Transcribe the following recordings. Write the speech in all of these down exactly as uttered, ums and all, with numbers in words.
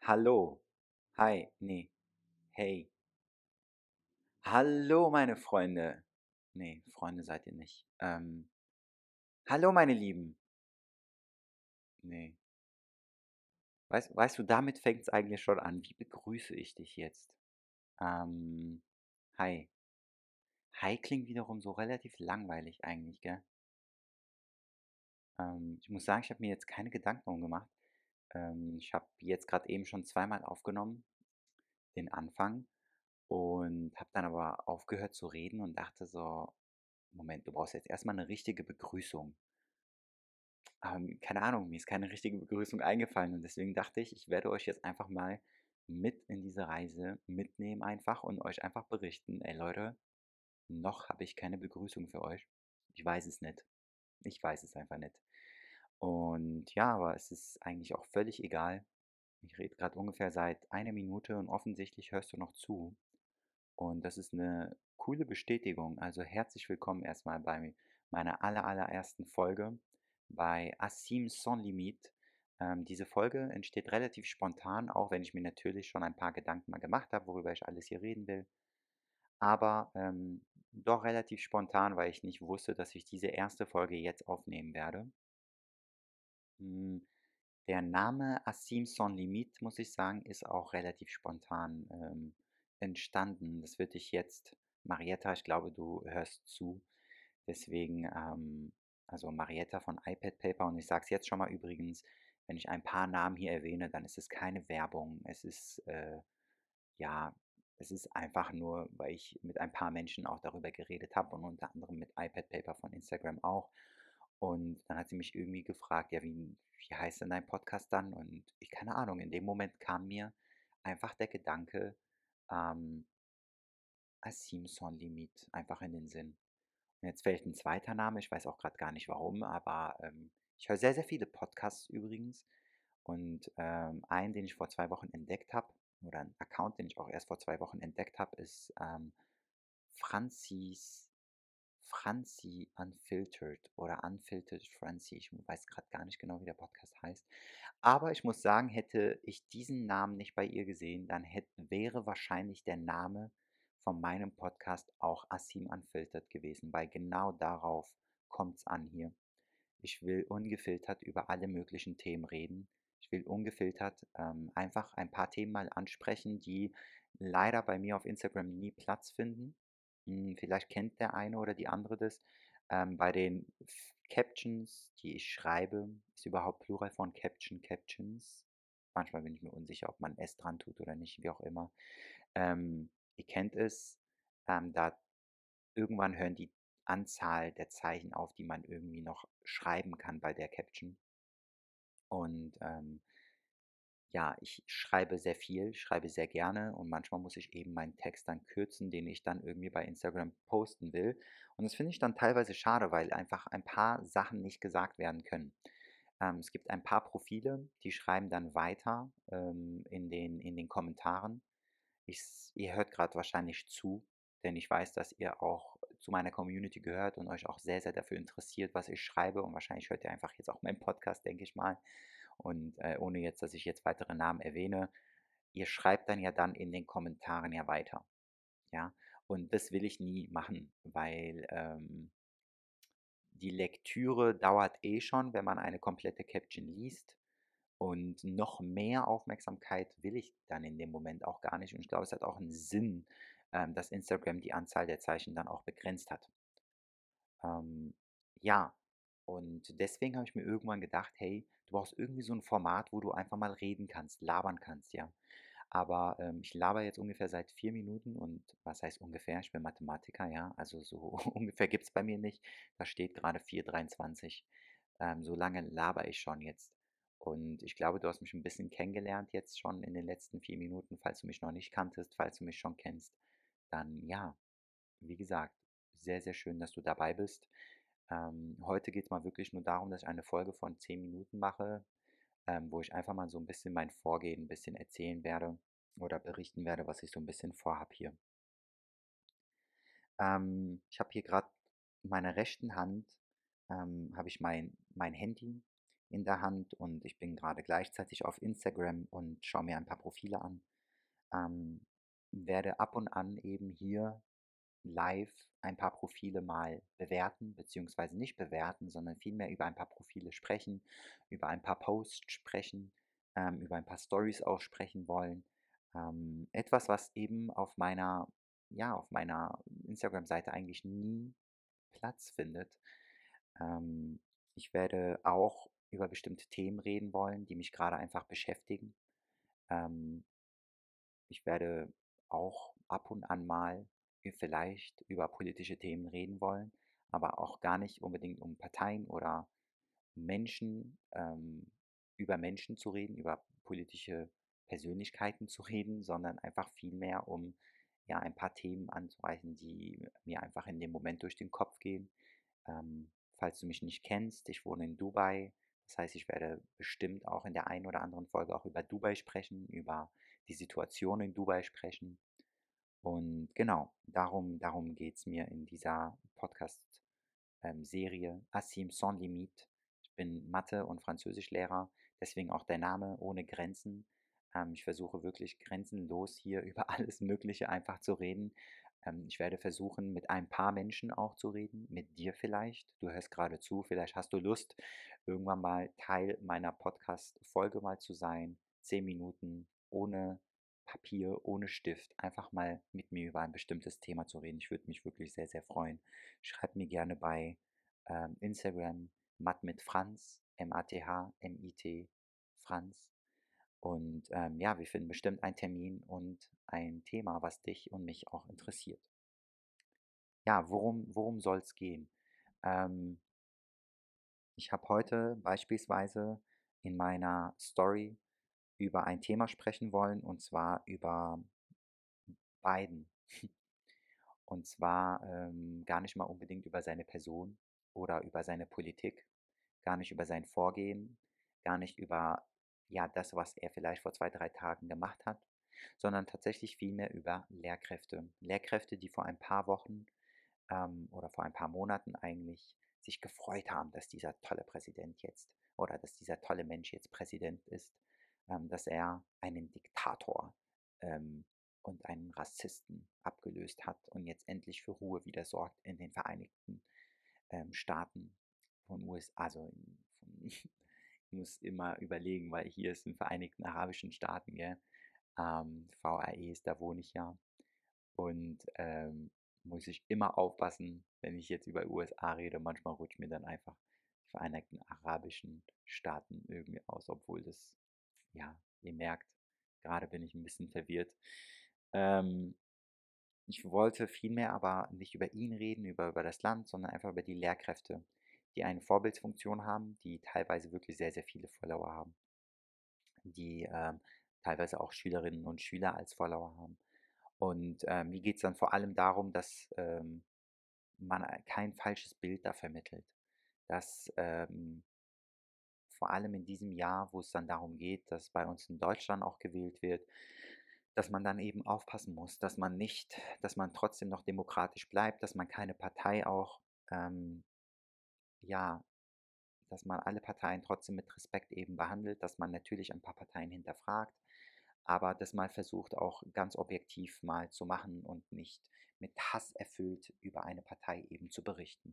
Hallo. Hi. Ne. Hey. Hallo, meine Freunde. Ne, Freunde seid ihr nicht. Ähm, hallo, meine Lieben. Ne. Weißt weißt du, damit fängt's eigentlich schon an. Wie begrüße ich dich jetzt? Ähm, hi. Hi klingt wiederum so relativ langweilig eigentlich, gell? Ähm, ich muss sagen, ich habe mir jetzt keine Gedanken drum gemacht. Ähm, ich habe jetzt gerade eben schon zweimal aufgenommen, den Anfang, und habe dann aber aufgehört zu reden und dachte so: „Moment, du brauchst jetzt erst mal 'ne richtige Begrüßung.“ Ähm, keine Ahnung, mir ist keine richtige Begrüßung eingefallen und deswegen dachte ich, ich werde euch jetzt einfach mal mit in diese Reise mitnehmen einfach und euch einfach berichten: „Ey Leute, noch habe ich keine Begrüßung für euch. Ich weiß es nicht. Ich weiß es einfach nicht.“ Und ja, aber es ist eigentlich auch völlig egal. Ich rede gerade ungefähr seit einer Minute und offensichtlich hörst du noch zu. Und das ist eine coole Bestätigung. Also, herzlich willkommen erstmal bei meiner aller allerersten Folge bei Assim Sans Limite. Ähm, diese Folge entsteht relativ spontan, auch wenn ich mir natürlich schon ein paar Gedanken mal gemacht habe, worüber ich alles hier reden will. Aber, ähm, doch relativ spontan, weil ich nicht wusste, dass ich diese erste Folge jetzt aufnehmen werde. Hm, der Name Assim Sans Limite, muss ich sagen, ist auch relativ spontan, ähm, entstanden. Das wird dich jetzt Marietta, ich glaube, du hörst zu. Deswegen, ähm also Marietta von iPad Paper, und ich sage es jetzt schon mal übrigens, wenn ich ein paar Namen hier erwähne, dann ist es keine Werbung. Es ist, äh, ja, es ist einfach nur, weil ich mit ein paar Menschen auch darüber geredet habe und unter anderem mit iPad Paper von Instagram auch. Und dann hat sie mich irgendwie gefragt: „Ja, wie wie heißt denn dein Podcast dann?“ Und ich keine Ahnung, in dem Moment kam mir einfach der Gedanke, ähm, Assim Sans Limite einfach in den Sinn. Und jetzt fällt ein zweiter Name, ich weiß auch gerade gar nicht warum, aber, ähm, ich höre sehr, sehr viele Podcasts übrigens, und, ähm, einen, den ich vor zwei Wochen entdeckt habe, oder 'n Account, den ich auch erst vor zwei Wochen entdeckt habe, ist, ähm, Franzis Franzi Unfiltered oder Unfiltered Franzi. Ich weiß gerade gar nicht genau, wie der Podcast heißt. Aber ich muss sagen, hätte ich diesen Namen nicht bei ihr gesehen, dann hätt wäre wahrscheinlich der Name von meinem Podcast auch Assim Unfiltered gewesen, weil genau darauf kommt's an hier. Ich will ungefiltert über alle möglichen Themen reden. Ich will ungefiltert, ähm, einfach ein paar Themen mal ansprechen, die leider bei mir auf Instagram nie Platz finden. Hm, vielleicht kennt der eine oder die andere das. Ähm, bei den F Captions, die ich schreibe, ist überhaupt Plural von Caption Captions? Manchmal bin ich mir unsicher, ob man S dran tut oder nicht, wie auch immer. Ähm, ihr kennt es, ähm, da irgendwann hören die Anzahl der Zeichen auf, die man irgendwie noch schreiben kann bei der Caption. Und, ähm, ja, ich schreibe sehr viel, schreibe sehr gerne, und manchmal muss ich eben meinen Text dann kürzen, den ich dann irgendwie bei Instagram posten will. Und das finde ich dann teilweise schade, weil einfach ein paar Sachen nicht gesagt werden können. Ähm, es gibt ein paar Profile, die schreiben dann weiter, ähm, in den in den Kommentaren. Ich s Ihr hört gerade wahrscheinlich zu, denn ich weiß, dass ihr auch zu meiner Community gehört und euch auch sehr, sehr dafür interessiert, was ich schreibe, und wahrscheinlich hört ihr einfach jetzt auch meinen Podcast, denke ich mal. Und, äh, ohne jetzt, dass ich jetzt weitere Namen erwähne, ihr schreibt dann ja dann in den Kommentaren ja weiter, ja? Und das will ich nie machen, weil, ähm, die Lektüre dauert eh schon, wenn man eine komplette Caption liest. Und noch mehr Aufmerksamkeit will ich dann in dem Moment auch gar nicht. Und ich glaube, es hat auch einen Sinn, ähm, dass Instagram die Anzahl der Zeichen dann auch begrenzt hat. Ähm, ja, und deswegen habe ich mir irgendwann gedacht: „Hey, du brauchst irgendwie so ein Format, wo du einfach mal reden kannst, labern kannst“, ja? Aber, ähm, ich labere jetzt ungefähr seit vier Minuten, und was heißt ungefähr? Ich bin Mathematiker, ja, also so ungefähr gibt's bei mir nicht. Da steht gerade vier dreiundzwanzig. Ähm, so lange labere ich schon jetzt. Und ich glaube, du hast mich ein bisschen kennengelernt jetzt schon in den letzten vier Minuten. Falls du mich noch nicht kanntest, falls du mich schon kennst, dann ja, wie gesagt, sehr, sehr schön, dass du dabei bist. Ähm, heute geht es mal wirklich nur darum, dass ich eine Folge von zehn Minuten mache, ähm, wo ich einfach mal so ein bisschen mein Vorgehen ein bisschen erzählen werde oder berichten werde, was ich so ein bisschen vorhab hier. Ähm, ich habe hier gerade in meiner rechten Hand, ähm, habe ich mein mein Handy. in der Hand und ich bin gerade gleichzeitig auf Instagram und schaue mir ein paar Profile an. Ähm, Werde ab und an eben hier live ein paar Profile mal bewerten, beziehungsweise nicht bewerten, sondern vielmehr über ein paar Profile sprechen, über ein paar Posts sprechen, ähm, über ein paar Stories auch sprechen wollen. Ähm, etwas, was eben auf meiner, ja, auf meiner Instagram-Seite eigentlich nie Platz findet. Ähm, Ich werde auch über bestimmte Themen reden wollen, die mich gerade einfach beschäftigen. Ähm, Ich werde auch ab und an mal äh, vielleicht über politische Themen reden wollen, aber auch gar nicht unbedingt um Parteien oder Menschen, ähm, über Menschen zu reden, über politische Persönlichkeiten zu reden, sondern einfach vielmehr um ja ein paar Themen anzureißen, die mir einfach in dem Moment durch den Kopf gehen. Ähm, Falls du mich nicht kennst, ich wohne in Dubai. Das heißt, ich werde bestimmt auch in der einen oder anderen Folge auch über Dubai sprechen, über die Situation in Dubai sprechen. Und genau, darum, darum geht es mir in dieser Podcast-Serie Assim Sans Limite. Ich bin Mathe- und Französischlehrer, deswegen auch der Name ohne Grenzen. Ähm, ich versuche wirklich grenzenlos hier über alles Mögliche einfach zu reden. Ähm, ich werde versuchen, mit ein paar Menschen auch zu reden, mit dir vielleicht. Du hörst gerade zu, vielleicht hast du Lust, irgendwann mal Teil meiner Podcast-Folge mal zu sein. Zehn Minuten ohne Papier, ohne Stift, einfach mal mit mir über ein bestimmtes Thema zu reden. Ich würde mich wirklich sehr, sehr freuen. Schreib mir gerne bei ähm, Instagram Matt mit Franz, M A T H M I T, Franz. Und ähm, ja, wir finden bestimmt einen Termin und ein Thema, was dich und mich auch interessiert. Ja, worum, worum soll es gehen? Ähm, Ich habe heute beispielsweise in meiner Story über ein Thema sprechen wollen, und zwar über Biden. Und zwar ähm, gar nicht mal unbedingt über seine Person oder über seine Politik, gar nicht über sein Vorgehen, gar nicht über ja das, was er vielleicht vor zwei, drei Tagen gemacht hat, sondern tatsächlich vielmehr über Lehrkräfte. Lehrkräfte, die vor ein paar Wochen ähm, oder vor ein paar Monaten eigentlich sich gefreut haben, dass dieser tolle Präsident jetzt oder dass dieser tolle Mensch jetzt Präsident ist, ähm, dass er einen Diktator ähm, und einen Rassisten abgelöst hat und jetzt endlich für Ruhe wieder sorgt in den Vereinigten ähm, Staaten von U S A. Also in, von, ich muss immer überlegen, weil hier ist in den Vereinigten Arabischen Staaten, gell? Ähm, V A E ist, da wohne ich ja. Und ähm, muss ich immer aufpassen, wenn ich jetzt über U S A rede. Manchmal rutscht mir dann einfach die Vereinigten Arabischen Staaten irgendwie aus, obwohl das, ja, ihr merkt, gerade bin ich ein bisschen verwirrt. Ähm, Ich wollte vielmehr aber nicht über ihn reden, über, über das Land, sondern einfach über die Lehrkräfte, die eine Vorbildsfunktion haben, die teilweise wirklich sehr, sehr viele Follower haben, die ähm, teilweise auch Schülerinnen und Schüler als Follower haben. Und ähm, mir geht es dann vor allem darum, dass ähm, man kein falsches Bild da vermittelt. Dass ähm, vor allem in diesem Jahr, wo es dann darum geht, dass bei uns in Deutschland auch gewählt wird, dass man dann eben aufpassen muss, dass man nicht, dass man trotzdem noch demokratisch bleibt, dass man keine Partei auch, ähm, ja, dass man alle Parteien trotzdem mit Respekt eben behandelt, dass man natürlich ein paar Parteien hinterfragt, aber das mal versucht auch ganz objektiv mal zu machen und nicht mit Hass erfüllt über eine Partei eben zu berichten.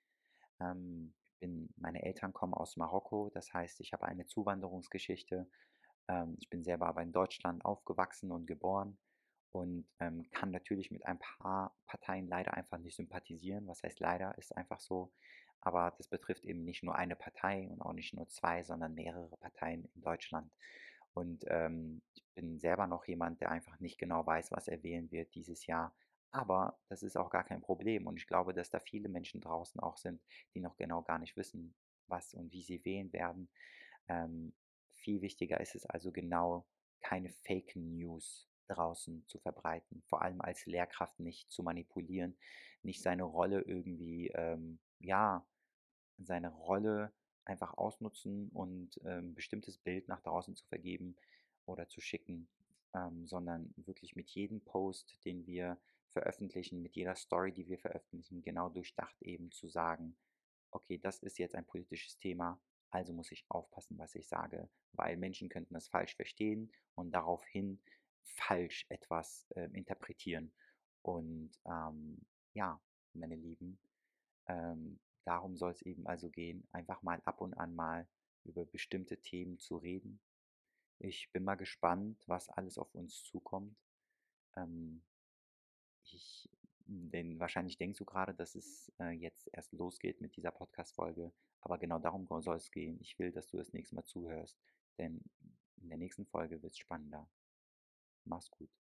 Ähm, bin, meine Eltern kommen aus Marokko, das heißt, ich habe eine Zuwanderungsgeschichte. Ähm, ich bin selber aber in Deutschland aufgewachsen und geboren und ähm, kann natürlich mit ein paar Parteien leider einfach nicht sympathisieren. Was heißt leider, ist einfach so. Aber das betrifft eben nicht nur eine Partei und auch nicht nur zwei, sondern mehrere Parteien in Deutschland. Und ähm, ich bin selber noch jemand, der einfach nicht genau weiß, was er wählen wird dieses Jahr. Aber das ist auch gar kein Problem. Und ich glaube, dass da viele Menschen draußen auch sind, die noch genau gar nicht wissen, was und wie sie wählen werden. Ähm, Viel wichtiger ist es also genau, keine Fake News draußen zu verbreiten, vor allem als Lehrkraft nicht zu manipulieren, nicht seine Rolle irgendwie, ähm, ja, seine Rolle einfach ausnutzen und ähm, ein bestimmtes Bild nach draußen zu vergeben oder zu schicken, ähm, sondern wirklich mit jedem Post, den wir veröffentlichen, mit jeder Story, die wir veröffentlichen, genau durchdacht eben zu sagen, okay, das ist jetzt ein politisches Thema, Also muss ich aufpassen, was ich sage, weil Menschen könnten das falsch verstehen und daraufhin falsch etwas, ähm, interpretieren. Und, ähm, ja, meine Lieben, ähm, darum soll es eben also gehen, einfach mal ab und an mal über bestimmte Themen zu reden. Ich bin mal gespannt, was alles auf uns zukommt. Ähm, ich denn wahrscheinlich denkst du gerade, dass es, äh, jetzt erst losgeht mit dieser Podcast-Folge, aber genau darum soll es gehen. Ich will, dass du das nächste Mal zuhörst, denn in der nächsten Folge wird es spannender. Mach's gut.